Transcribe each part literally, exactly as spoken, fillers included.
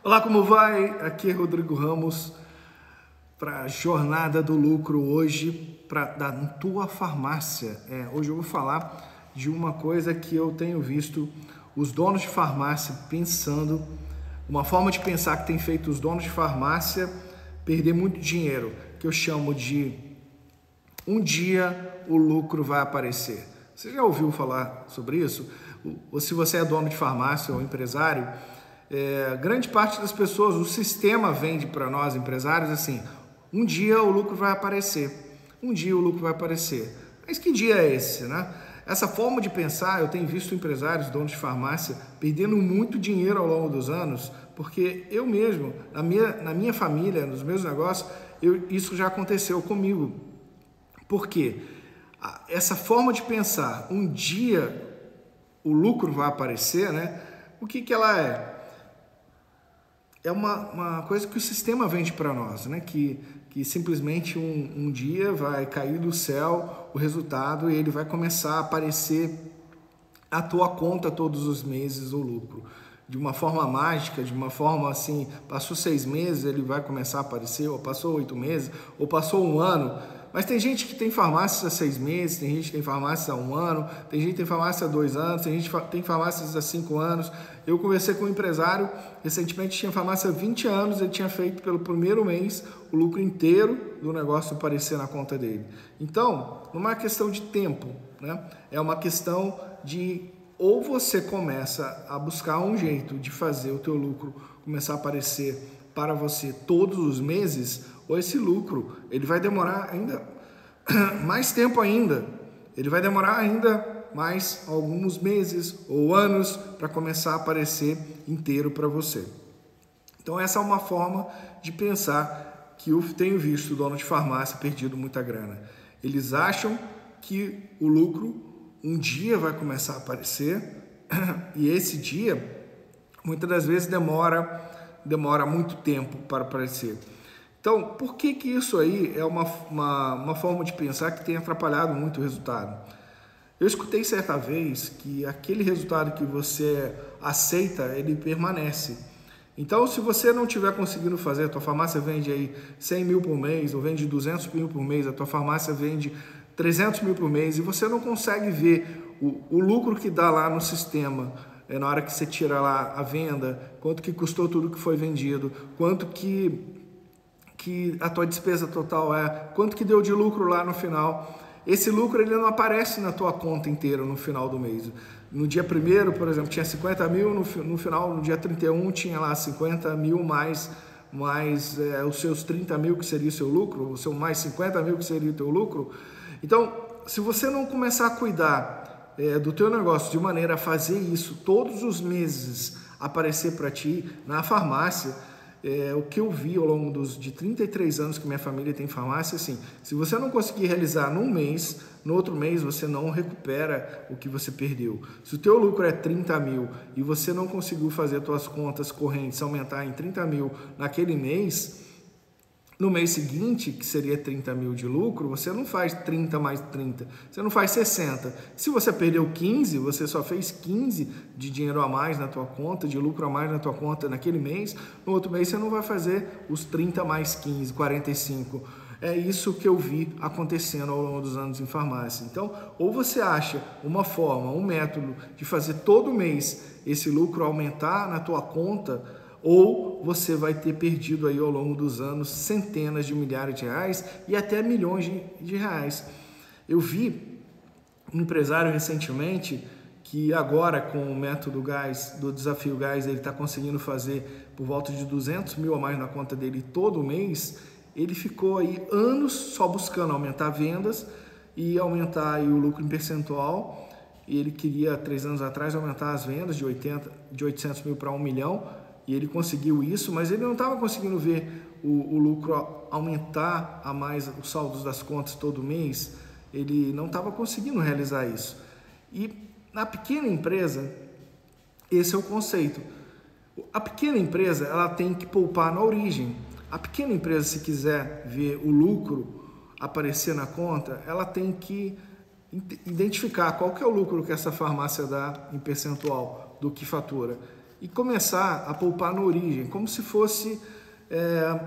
Olá, como vai? Aqui é Rodrigo Ramos para a Jornada do Lucro hoje para da tua farmácia. É, hoje eu vou falar de uma coisa que eu tenho visto os donos de farmácia pensando, uma forma de pensar que tem feito os donos de farmácia perder muito dinheiro, que eu chamo de um dia o lucro vai aparecer. Você já ouviu falar sobre isso? Ou se você é dono de farmácia ou empresário, É, grande parte das pessoas, o sistema vende para nós empresários assim, um dia o lucro vai aparecer, um dia o lucro vai aparecer. Mas que dia é esse, né? Essa forma de pensar, eu tenho visto empresários, donos de farmácia, perdendo muito dinheiro ao longo dos anos, porque eu mesmo, na minha, na minha família, nos meus negócios, eu, isso já aconteceu comigo. Por quê? Essa forma de pensar, um dia o lucro vai aparecer, né? O que que ela é? É uma, uma coisa que o sistema vende para nós, né? Que, que simplesmente um, um dia vai cair do céu o resultado e ele vai começar a aparecer a tua conta todos os meses o lucro. De uma forma mágica, de uma forma assim, passou seis meses, ele vai começar a aparecer, ou passou oito meses, ou passou um ano. Mas tem gente que tem farmácias há seis meses, tem gente que tem farmácias há um ano, tem gente que tem farmácia há dois anos, tem gente que tem farmácias há cinco anos. Eu conversei com um empresário, recentemente tinha farmácia há vinte anos, ele tinha feito pelo primeiro mês o lucro inteiro do negócio aparecer na conta dele. Então, não é uma questão de tempo, né? É uma questão de ou você começa a buscar um jeito de fazer o teu lucro começar a aparecer para você todos os meses, ou esse lucro, ele vai demorar ainda mais tempo ainda, ele vai demorar ainda mais alguns meses ou anos para começar a aparecer inteiro para você. Então essa é uma forma de pensar que eu tenho visto o dono de farmácia perdido muita grana. Eles acham que o lucro um dia vai começar a aparecer e esse dia muitas das vezes demora, demora muito tempo para aparecer. Então, por que que isso aí é uma, uma, uma forma de pensar que tem atrapalhado muito o resultado? Eu escutei certa vez que aquele resultado que você aceita, ele permanece. Então, se você não estiver conseguindo fazer, a tua farmácia vende aí cem mil por mês, ou vende duzentos mil por mês, a tua farmácia vende trezentos mil por mês, e você não consegue ver o, o lucro que dá lá no sistema, é, na hora que você tira lá a venda, quanto que custou tudo que foi vendido, quanto que, que a tua despesa total é, quanto que deu de lucro lá no final. Esse lucro ele não aparece na tua conta inteira no final do mês. No dia primeiro, por exemplo, tinha cinquenta mil, no, no final, no dia trinta e um, tinha lá cinquenta mil mais, mais é, os seus trinta mil, que seria o seu lucro, o seu mais cinquenta mil, que seria o teu lucro. Então, se você não começar a cuidar é, do teu negócio de maneira a fazer isso todos os meses aparecer para ti na farmácia, é, o que eu vi ao longo dos, de trinta e três anos que minha família tem farmácia, assim, se você não conseguir realizar num mês, no outro mês você não recupera o que você perdeu. Se o teu lucro é trinta mil e você não conseguiu fazer as tuas contas correntes aumentar em trinta mil naquele mês, no mês seguinte, que seria trinta mil de lucro, você não faz trinta mais trinta, você não faz sessenta. Se você perdeu quinze, você só fez quinze de dinheiro a mais na tua conta, de lucro a mais na tua conta naquele mês, no outro mês você não vai fazer os trinta mais quinze, quarenta e cinco. É isso que eu vi acontecendo ao longo dos anos em farmácia. Então, ou você acha uma forma, um método de fazer todo mês esse lucro aumentar na tua conta, ou você vai ter perdido aí ao longo dos anos centenas de milhares de reais e até milhões de, de reais. Eu vi um empresário recentemente que agora com o método gás, do desafio gás, ele está conseguindo fazer por volta de duzentos mil a mais na conta dele todo mês. Ele ficou aí anos só buscando aumentar vendas e aumentar aí o lucro em percentual. E ele queria, três anos atrás, aumentar as vendas de, oitenta, de oitocentos mil para um milhão. E ele conseguiu isso, mas ele não estava conseguindo ver o, o lucro aumentar a mais os saldos das contas todo mês. Ele não estava conseguindo realizar isso. E na pequena empresa, esse é o conceito. A pequena empresa ela tem que poupar na origem. A pequena empresa, se quiser ver o lucro aparecer na conta, ela tem que identificar qual que é o lucro que essa farmácia dá em percentual do que fatura. e começar a poupar na origem, como se fosse, é,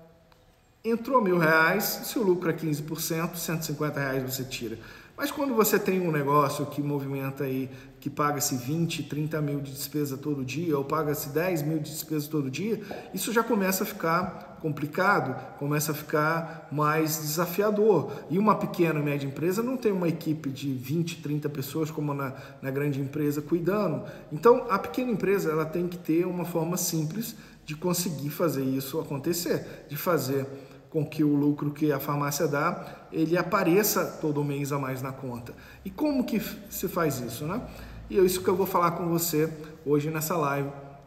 entrou mil reais, se o lucro é quinze por cento, cento e cinquenta reais você tira. Mas quando você tem um negócio que movimenta aí, que paga-se vinte, trinta mil de despesa todo dia, ou paga-se dez mil de despesa todo dia, isso já começa a ficar complicado, começa a ficar mais desafiador. E uma pequena e média empresa não tem uma equipe de vinte, trinta pessoas como na, na grande empresa cuidando. Então, a pequena empresa ela tem que ter uma forma simples de conseguir fazer isso acontecer, de fazer com que o lucro que a farmácia dá, ele apareça todo mês a mais na conta. E como que se faz isso, né? E é isso que eu vou falar com você hoje nessa live,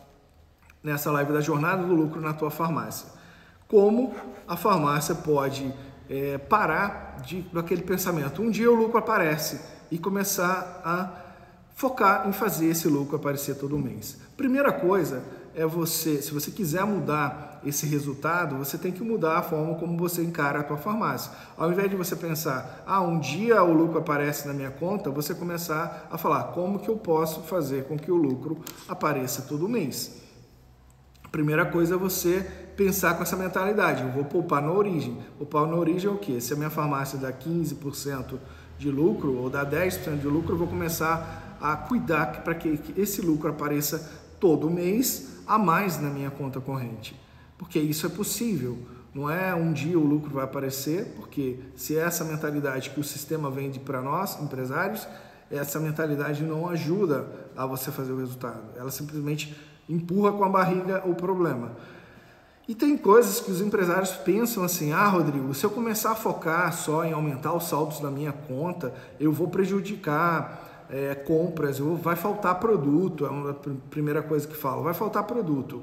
nessa live da jornada do lucro na tua farmácia. Como a farmácia pode é, parar de, daquele pensamento, um dia o lucro aparece, e começar a focar em fazer esse lucro aparecer todo mês. Primeira coisa é você, se você quiser mudar esse resultado, você tem que mudar a forma como você encara a tua farmácia. Ao invés de você pensar, ah, um dia o lucro aparece na minha conta, você começar a falar, como que eu posso fazer com que o lucro apareça todo mês? Primeira coisa é você pensar com essa mentalidade, eu vou poupar na origem. Poupar na origem é o quê? Se a minha farmácia dá quinze por cento de lucro ou dá dez por cento de lucro, eu vou começar a cuidar para que esse lucro apareça todo mês a mais na minha conta corrente, porque isso é possível, não é um dia o lucro vai aparecer, porque se é essa mentalidade que o sistema vende para nós, empresários, essa mentalidade não ajuda a você fazer o resultado, ela simplesmente empurra com a barriga o problema. E tem coisas que os empresários pensam assim, ah, Rodrigo, se eu começar a focar só em aumentar os saldos da minha conta, eu vou prejudicar É, compras, ou vai faltar produto, é uma primeira coisa que falo, vai faltar produto.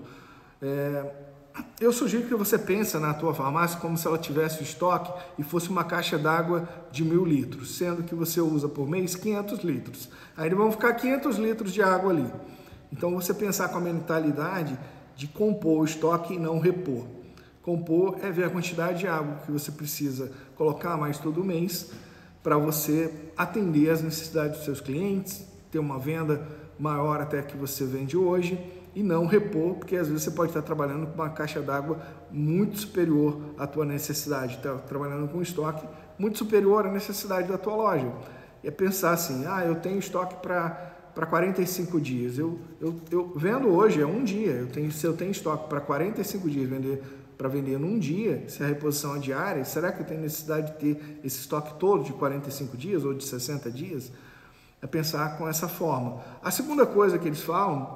É, eu sugiro que você pense na tua farmácia como se ela tivesse estoque e fosse uma caixa d'água de mil litros, sendo que você usa por mês quinhentos litros. Aí vão ficar quinhentos litros de água ali. Então você pensar com a mentalidade de compor o estoque e não repor. Compor é ver a quantidade de água que você precisa colocar mais todo mês, para você atender às necessidades dos seus clientes, ter uma venda maior até que você vende hoje e não repor, porque às vezes você pode estar trabalhando com uma caixa d'água muito superior à tua necessidade, está trabalhando com um estoque muito superior à necessidade da tua loja. É pensar assim, ah, eu tenho estoque para quarenta e cinco dias, eu, eu, eu vendo hoje, é um dia, eu tenho, se eu tenho estoque para quarenta e cinco dias, vender para vender num dia, se a reposição é diária, será que eu tenho necessidade de ter esse estoque todo de quarenta e cinco dias ou de sessenta dias? É pensar com essa forma. A segunda coisa que eles falam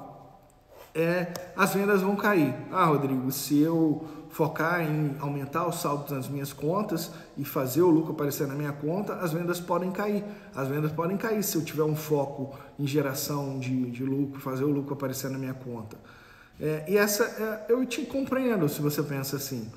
é as vendas vão cair. Ah, Rodrigo, se eu focar em aumentar o saldo das minhas contas e fazer o lucro aparecer na minha conta, as vendas podem cair. As vendas podem cair se eu tiver um foco em geração de, de lucro, fazer o lucro aparecer na minha conta. É, e essa, é, eu te compreendo se você pensa assim,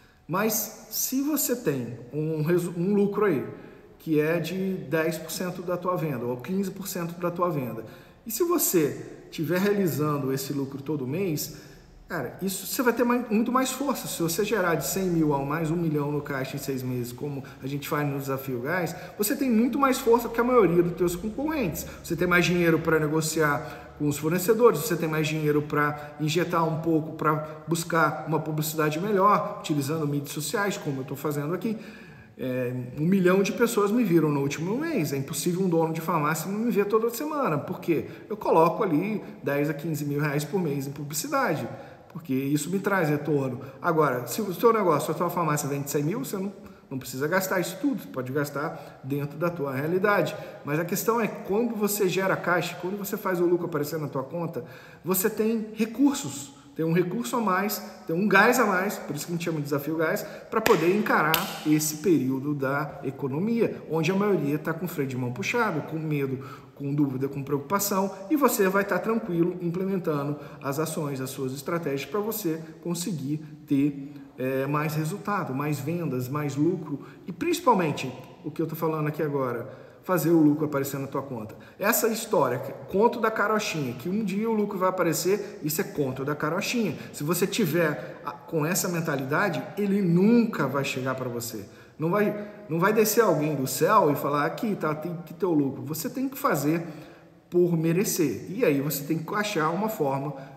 mas se você tem um, um lucro aí, que é de dez por cento da tua venda, ou quinze por cento da tua venda, e se você estiver realizando esse lucro todo mês, cara, isso você vai ter mais, muito mais força. Se você gerar de cem mil a mais um milhão no caixa em seis meses, como a gente faz no Desafio Gás, você tem muito mais força que a maioria dos teus concorrentes. Você tem mais dinheiro para negociar com os fornecedores, você tem mais dinheiro para injetar um pouco, para buscar uma publicidade melhor, utilizando mídias sociais, como eu estou fazendo aqui. É, um milhão de pessoas me viram no último mês. É impossível um dono de farmácia não me ver toda semana, porque eu coloco ali dez a quinze mil reais por mês em publicidade, porque isso me traz retorno. Agora, se o seu negócio, a tua farmácia vende cem mil, você não, não precisa gastar isso tudo, você pode gastar dentro da tua realidade. Mas a questão é que quando você gera caixa, quando você faz o lucro aparecer na tua conta, você tem recursos, tem um recurso a mais, tem um gás a mais, por isso que a gente chama de Desafio Gás, para poder encarar esse período da economia, onde a maioria está com freio de mão puxado, com medo, com dúvida, com preocupação, e você vai estar tranquilo implementando as ações, as suas estratégias para você conseguir ter é, mais resultado, mais vendas, mais lucro e principalmente, o que eu estou falando aqui agora, fazer o lucro aparecer na tua conta. Essa história, conto da carochinha, que um dia o lucro vai aparecer, isso é conto da carochinha. Se você tiver com essa mentalidade, ele nunca vai chegar para você. Não vai, não vai descer alguém do céu e falar, aqui tá, tem que ter o lucro. Você tem que fazer por merecer. E aí você tem que achar uma forma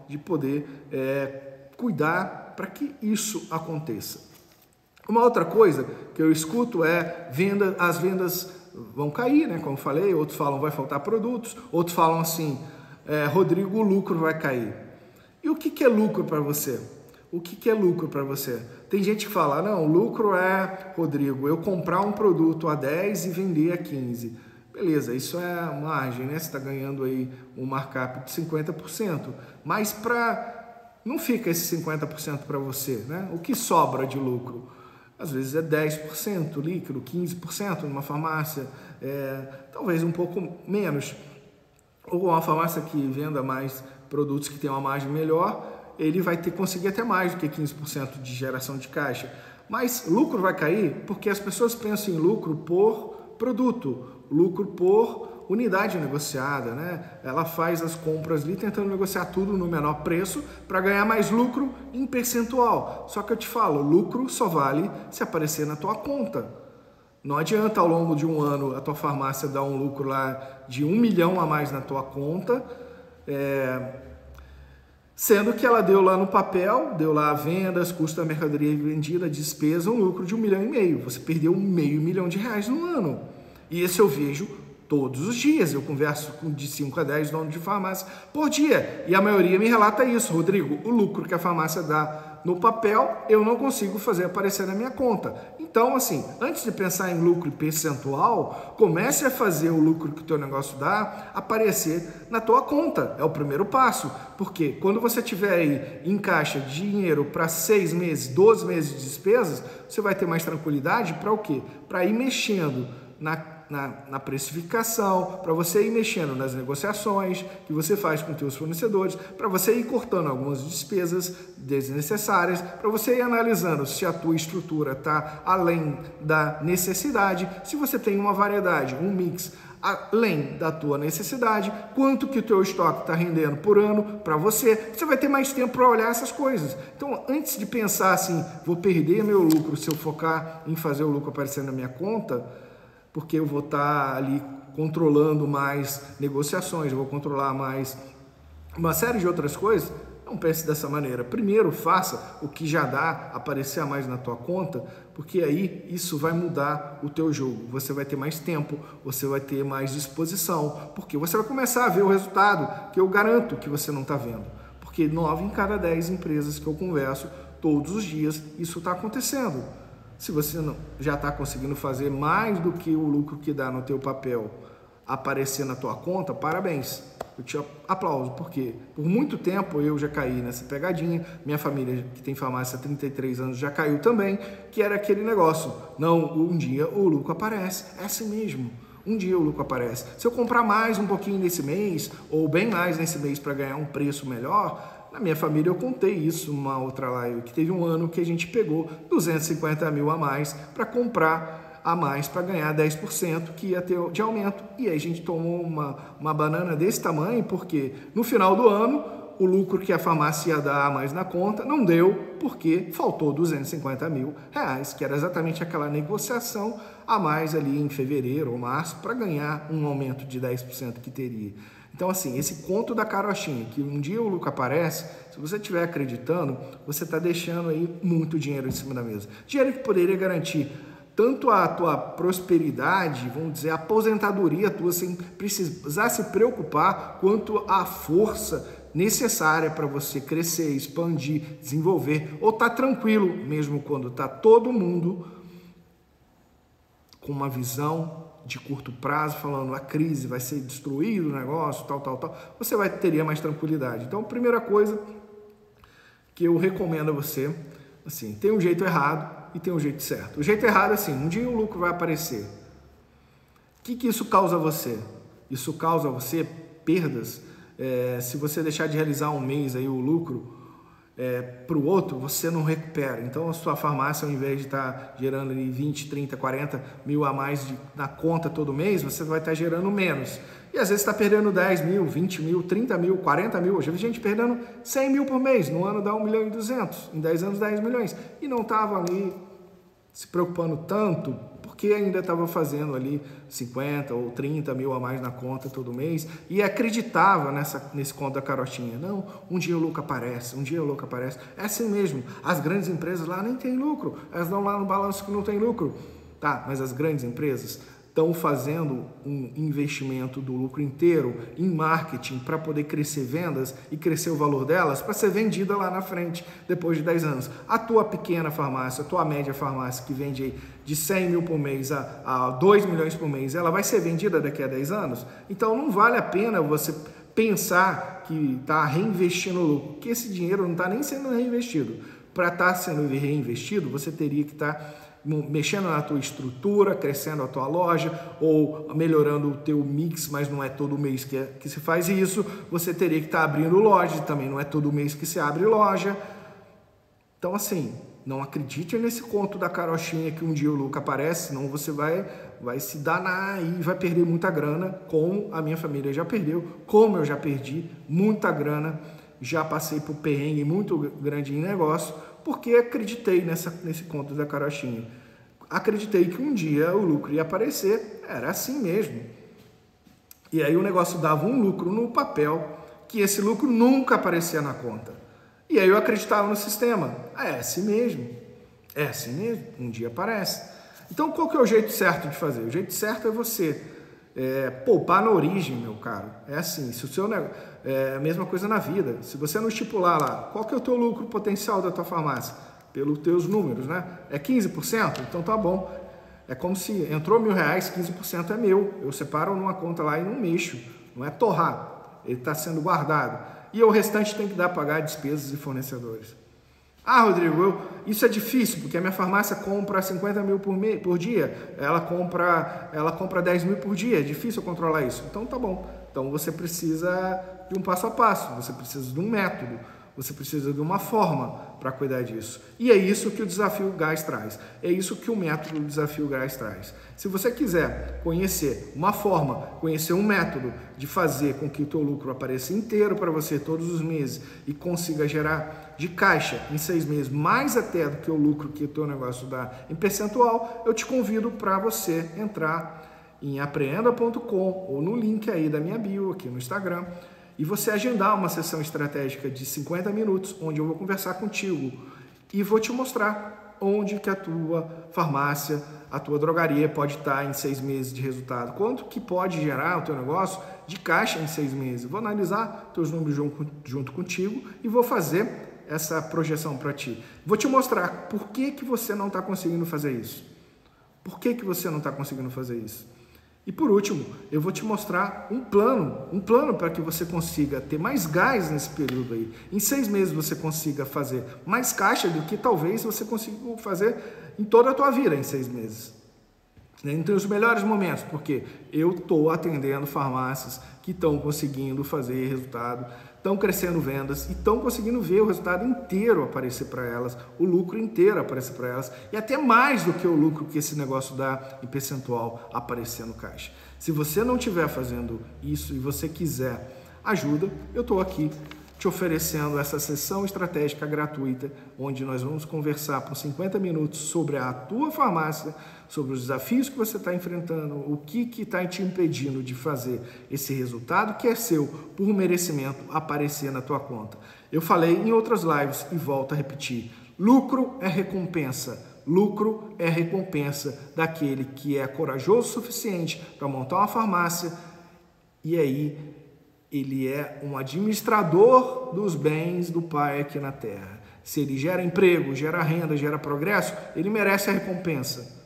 de poder é, cuidar para que isso aconteça. Uma outra coisa que eu escuto é venda, as vendas vão cair, né? Como falei, outros falam vai faltar produtos, outros falam assim, é, Rodrigo, o lucro vai cair. E o que, que é lucro para você? O que, que é lucro para você? Tem gente que fala, não, lucro é, Rodrigo, eu comprar um produto a dez e vender a quinze. Beleza, isso é margem, né? Você está ganhando aí um markup de cinquenta por cento. Mas para não fica esse cinquenta por cento para você, né? O que sobra de lucro? Às vezes é dez por cento líquido, quinze por cento numa farmácia, é, talvez um pouco menos. Ou uma farmácia que venda mais produtos que tem uma margem melhor, ele vai ter que conseguir até mais do que quinze por cento de geração de caixa. Mas lucro vai cair porque as pessoas pensam em lucro por produto, lucro por unidade negociada, né? Ela faz as compras ali tentando negociar tudo no menor preço para ganhar mais lucro em percentual. Só que eu te falo, lucro só vale se aparecer na tua conta. Não adianta ao longo de um ano a tua farmácia dar um lucro lá de um milhão a mais na tua conta, é... sendo que ela deu lá no papel, deu lá vendas, custo da mercadoria vendida, despesa, um lucro de um milhão e meio. Você perdeu um meio milhão de reais no ano. E esse eu vejo todos os dias. Eu converso com de cinco a dez donos de farmácia por dia. E a maioria me relata isso. Rodrigo, o lucro que a farmácia dá no papel, eu não consigo fazer aparecer na minha conta. Então, assim, antes de pensar em lucro percentual, comece a fazer o lucro que o teu negócio dá aparecer na tua conta. É o primeiro passo. Porque quando você tiver aí em caixa dinheiro para seis meses, doze meses de despesas, você vai ter mais tranquilidade para o quê? Para ir mexendo na Na, na precificação, para você ir mexendo nas negociações que você faz com seus fornecedores, para você ir cortando algumas despesas desnecessárias, para você ir analisando se a tua estrutura está além da necessidade, se você tem uma variedade, um mix além da tua necessidade, quanto que o teu estoque está rendendo por ano para você, você vai ter mais tempo para olhar essas coisas. Então, antes de pensar assim, vou perder meu lucro se eu focar em fazer o lucro aparecer na minha conta, porque eu vou estar ali controlando mais negociações, eu vou controlar mais uma série de outras coisas. Não pense dessa maneira. Primeiro, faça o que já dá aparecer a mais na tua conta, porque aí isso vai mudar o teu jogo. Você vai ter mais tempo, você vai ter mais disposição, porque você vai começar a ver o resultado que eu garanto que você não está vendo. Porque nove em cada dez empresas que eu converso todos os dias, isso está acontecendo. Se você não, já está conseguindo fazer mais do que o lucro que dá no teu papel aparecer na tua conta, parabéns. Eu te aplauso, porque por muito tempo eu já caí nessa pegadinha, minha família que tem farmácia há trinta e três anos já caiu também, que era aquele negócio, não, um dia o lucro aparece, é assim mesmo, um dia o lucro aparece. Se eu comprar mais um pouquinho nesse mês, ou bem mais nesse mês para ganhar um preço melhor, na minha família eu contei isso numa outra live, que teve um ano que a gente pegou duzentos e cinquenta mil a mais para comprar a mais para ganhar dez por cento que ia ter de aumento. E aí a gente tomou uma, uma banana desse tamanho, porque no final do ano o lucro que a farmácia ia dar a mais na conta não deu, porque faltou duzentos e cinquenta mil reais, que era exatamente aquela negociação a mais ali em fevereiro ou março para ganhar um aumento de dez por cento que teria. Então, assim, esse conto da carochinha, que um dia o lucro aparece, se você estiver acreditando, você está deixando aí muito dinheiro em cima da mesa. Dinheiro que poderia garantir tanto a tua prosperidade, vamos dizer, a aposentadoria tua, sem precisar se preocupar, quanto a força necessária para você crescer, expandir, desenvolver, ou estar tá tranquilo, mesmo quando está todo mundo com uma visão de curto prazo, falando a crise vai ser destruído o negócio, tal, tal, tal, você vai teria mais tranquilidade. Então, a primeira coisa que eu recomendo a você, assim, tem um jeito errado e tem um jeito certo. O jeito errado é assim, um dia o lucro vai aparecer. O que que isso causa a você? Isso causa a você perdas. É, se você deixar de realizar um mês aí o lucro, É, para o outro, você não recupera. Então, a sua farmácia, ao invés de estar tá gerando ali vinte, trinta, quarenta mil a mais de, na conta todo mês, você vai estar tá gerando menos. E às vezes está perdendo dez mil, vinte mil, trinta mil, quarenta mil. Hoje a gente perdendo cem mil por mês. No ano dá um milhão e duzentos. Em dez anos, dez milhões. E não estava ali se preocupando tanto, porque ainda estava fazendo ali cinquenta ou trinta mil a mais na conta todo mês e acreditava nessa, nesse conto da carotinha. Não, um dia o lucro aparece, um dia o lucro aparece. É assim mesmo, as grandes empresas lá nem tem lucro, elas dão lá no balanço que não tem lucro. Tá, mas as grandes empresas estão fazendo um investimento do lucro inteiro em marketing para poder crescer vendas e crescer o valor delas para ser vendida lá na frente, depois de dez anos. A tua pequena farmácia, a tua média farmácia que vende de cem mil por mês a, a dois milhões por mês, ela vai ser vendida daqui a dez anos? Então não vale a pena você pensar que está reinvestindo o lucro, porque esse dinheiro não está nem sendo reinvestido. Para estar sendo reinvestido, você teria que estar mexendo na tua estrutura, crescendo a tua loja ou melhorando o teu mix, mas não é todo mês que, é, que se faz isso. Você teria que estar abrindo loja, também não é todo mês que se abre loja. Então assim, não acredite nesse conto da carochinha que um dia o lucro aparece, senão você vai, vai se danar e vai perder muita grana, como a minha família já perdeu, como eu já perdi muita grana, já passei por perrengue muito grande em negócio, porque acreditei nessa, nesse conto da carochinha. Acreditei que um dia o lucro ia aparecer, era assim mesmo. E aí o negócio dava um lucro no papel, que esse lucro nunca aparecia na conta. E aí eu acreditava no sistema. É assim mesmo, é assim mesmo, um dia aparece. Então qual que é o jeito certo de fazer? O jeito certo é você é, poupar na origem, meu caro. É assim, se o seu negócio... É a mesma coisa na vida. Se você não estipular lá, qual que é o teu lucro potencial da tua farmácia? Pelos teus números, né? É quinze por cento? Então tá bom. É como se entrou mil reais, quinze por cento é meu. Eu separo numa conta lá e não mexo. Não é torrar. Ele está sendo guardado. E o restante tem que dar para pagar despesas e fornecedores. Ah, Rodrigo, eu, isso é difícil, porque a minha farmácia compra cinquenta mil por, me, por dia. Ela compra, ela compra dez mil por dia. É difícil eu controlar isso. Então tá bom. Então você precisa de um passo a passo, você precisa de um método, você precisa de uma forma para cuidar disso. E é isso que o Desafio Gás traz, é isso que o método do Desafio Gás traz. Se você quiser conhecer uma forma, conhecer um método de fazer com que o teu lucro apareça inteiro para você todos os meses e consiga gerar de caixa em seis meses, mais até do que o lucro que o teu negócio dá em percentual, eu te convido para você entrar em apreenda ponto com ou no link aí da minha bio aqui no Instagram e você agendar uma sessão estratégica de cinquenta minutos, onde eu vou conversar contigo e vou te mostrar onde que a tua farmácia, a tua drogaria pode estar em seis meses de resultado, quanto que pode gerar o teu negócio de caixa em seis meses. Vou analisar teus números junto, junto contigo e vou fazer essa projeção para ti. Vou te mostrar por que que você não está conseguindo fazer isso. Por que que você não está conseguindo fazer isso? E por último, eu vou te mostrar um plano, um plano para que você consiga ter mais gás nesse período aí. Em seis meses você consiga fazer mais caixa do que talvez você consiga fazer em toda a tua vida em seis meses. Entre os melhores momentos, porque eu estou atendendo farmácias que estão conseguindo fazer resultado, estão crescendo vendas e estão conseguindo ver o resultado inteiro aparecer para elas, o lucro inteiro aparecer para elas e até mais do que o lucro que esse negócio dá em percentual aparecer no caixa. Se você não estiver fazendo isso e você quiser ajuda, eu estou aqui te oferecendo essa sessão estratégica gratuita, onde nós vamos conversar por cinquenta minutos sobre a tua farmácia, sobre os desafios que você está enfrentando, o que está te impedindo de fazer esse resultado que é seu, por merecimento, aparecer na tua conta. Eu falei em outras lives e volto a repetir, lucro é recompensa. Lucro é recompensa daquele que é corajoso o suficiente para montar uma farmácia e aí ele é um administrador dos bens do Pai aqui na Terra. Se ele gera emprego, gera renda, gera progresso, ele merece a recompensa.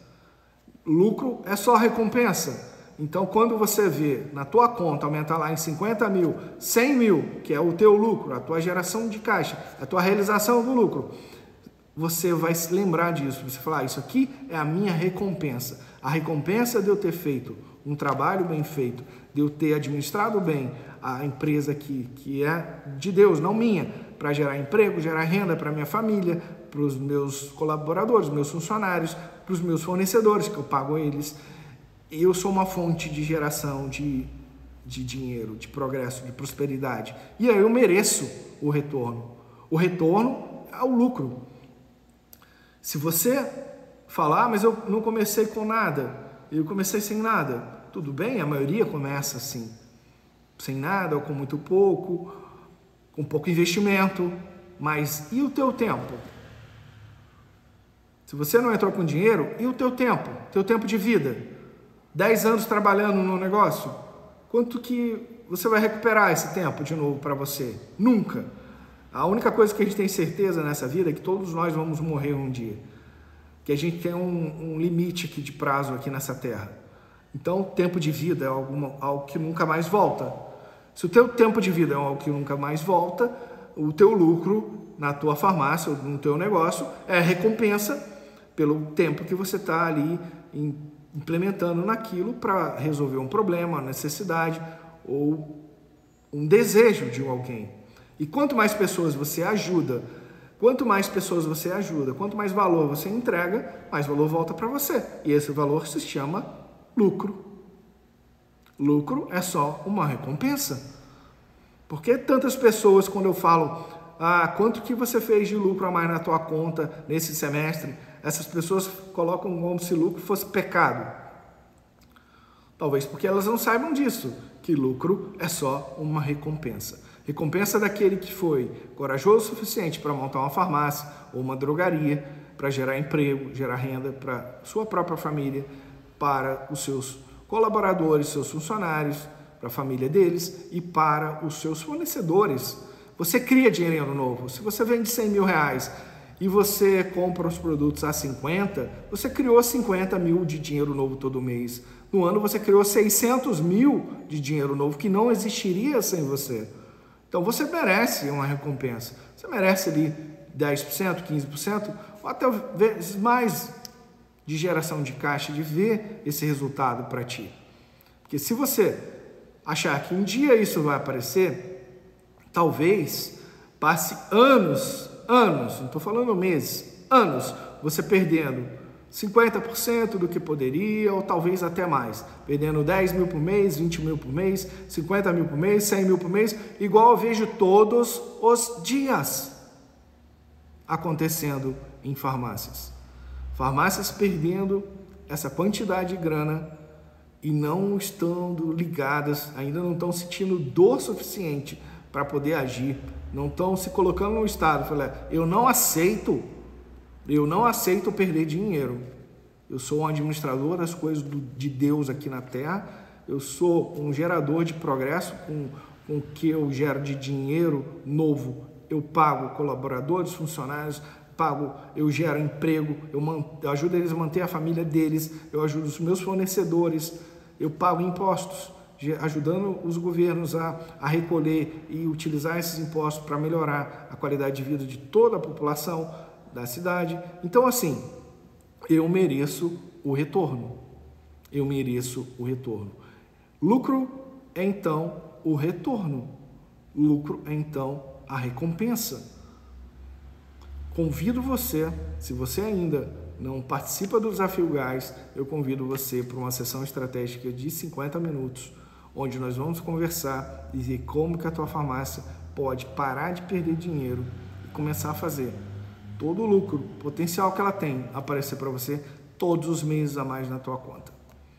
Lucro é só recompensa. Então, quando você vê na tua conta aumentar lá em cinquenta mil, cem mil, que é o teu lucro, a tua geração de caixa, a tua realização do lucro, você vai se lembrar disso. Você falar, ah, isso aqui é a minha recompensa. A recompensa de eu ter feito um trabalho bem feito, de eu ter administrado bem a empresa que, que é de Deus, não minha, para gerar emprego, gerar renda para minha família, para os meus colaboradores, meus funcionários, para os meus fornecedores, que eu pago eles. Eu sou uma fonte de geração de, de dinheiro, de progresso, de prosperidade. E aí eu mereço o retorno. O retorno é o lucro. Se você falar, ah, mas eu não comecei com nada, eu comecei sem nada. Tudo bem, a maioria começa assim, sem nada ou com muito pouco, com pouco investimento, mas e o teu tempo? Se você não entrou com dinheiro, e o teu tempo? Teu tempo de vida? dez anos trabalhando no negócio? Quanto que você vai recuperar esse tempo de novo para você? Nunca. A única coisa que a gente tem certeza nessa vida é que todos nós vamos morrer um dia. Que a gente tem um, um limite aqui de prazo aqui nessa terra. Então, tempo de vida é alguma, algo que nunca mais volta. Se o teu tempo de vida é algo que nunca mais volta, o teu lucro na tua farmácia ou no teu negócio é recompensa pelo tempo que você está ali implementando naquilo para resolver um problema, uma necessidade ou um desejo de alguém. E quanto mais pessoas você ajuda, quanto mais pessoas você ajuda, quanto mais valor você entrega, mais valor volta para você. E esse valor se chama lucro. Lucro é só uma recompensa. Por que tantas pessoas, quando eu falo, ah, quanto que você fez de lucro a mais na tua conta nesse semestre, essas pessoas colocam como se lucro fosse pecado? Talvez porque elas não saibam disso, que lucro é só uma recompensa. Recompensa daquele que foi corajoso o suficiente para montar uma farmácia ou uma drogaria, para gerar emprego, gerar renda para sua própria família, para os seus colaboradores, seus funcionários, para a família deles e para os seus fornecedores. Você cria dinheiro novo. Se você vende cem mil reais e você compra os produtos a cinquenta, você criou cinquenta mil de dinheiro novo todo mês. No ano você criou seiscentos mil de dinheiro novo que não existiria sem você. Então você merece uma recompensa. Você merece ali dez por cento, quinze por cento, ou até vezes mais de geração de caixa, de ver esse resultado para ti. Porque se você achar que um dia isso vai aparecer, talvez passe anos, anos, não estou falando meses, anos, você perdendo cinquenta por cento do que poderia, ou talvez até mais, perdendo dez mil por mês, vinte mil por mês, cinquenta mil por mês, cem mil por mês, igual eu vejo todos os dias acontecendo em farmácias. Farmácias perdendo essa quantidade de grana e não estando ligadas, ainda não estão sentindo dor suficiente para poder agir, não estão se colocando no estado, falei, eu não aceito Eu não aceito perder dinheiro. Eu sou um administrador das coisas do, de Deus aqui na Terra. Eu sou um gerador de progresso com, com o que eu gero de dinheiro novo. Eu pago colaboradores, funcionários, pago, eu gero emprego, eu, man, eu ajudo eles a manter a família deles, eu ajudo os meus fornecedores, eu pago impostos, ajudando os governos a, a recolher e utilizar esses impostos para melhorar a qualidade de vida de toda a população da cidade. Então, assim, eu mereço o retorno. Eu mereço o retorno. Lucro é, então, o retorno. Lucro é, então, a recompensa. Convido você, se você ainda não participa do Desafio Gás, eu convido você para uma sessão estratégica de cinquenta minutos, onde nós vamos conversar e ver como que a tua farmácia pode parar de perder dinheiro e começar a fazer todo o lucro, potencial que ela tem, aparecer para você todos os meses a mais na tua conta.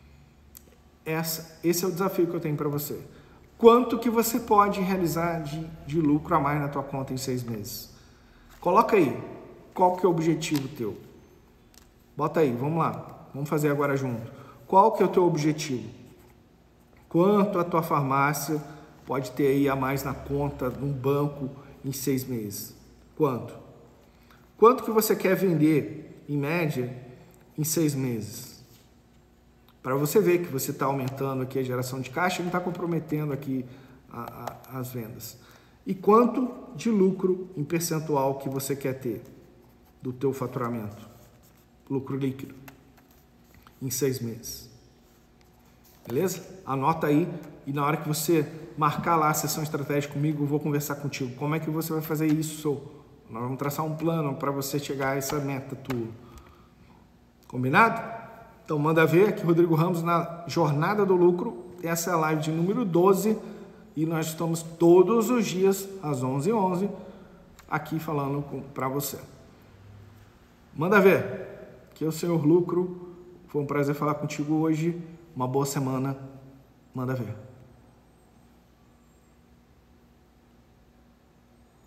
Essa, esse é o desafio que eu tenho para você. Quanto que você pode realizar de, de lucro a mais na tua conta em seis meses? Coloca aí, qual que é o objetivo teu? Bota aí, vamos lá, vamos fazer agora junto. Qual que é o teu objetivo? Quanto a tua farmácia pode ter aí a mais na conta, num banco, em seis meses? Quanto? Quanto que você quer vender, em média, em seis meses? Para você ver que você está aumentando aqui a geração de caixa e não está comprometendo aqui a, a, as vendas. E quanto de lucro em percentual que você quer ter do teu faturamento? Lucro líquido, em seis meses. Beleza? Anota aí e na hora que você marcar lá a sessão estratégica comigo, eu vou conversar contigo. Como é que você vai fazer isso? Nós vamos traçar um plano para você chegar a essa meta tua. Combinado? Então manda ver aqui, Rodrigo Ramos, na Jornada do Lucro. Essa é a live de número doze e nós estamos todos os dias às onze e onze aqui falando para você. Manda ver. Aqui é o senhor Lucro. Foi um prazer falar contigo hoje. Uma boa semana. Manda ver.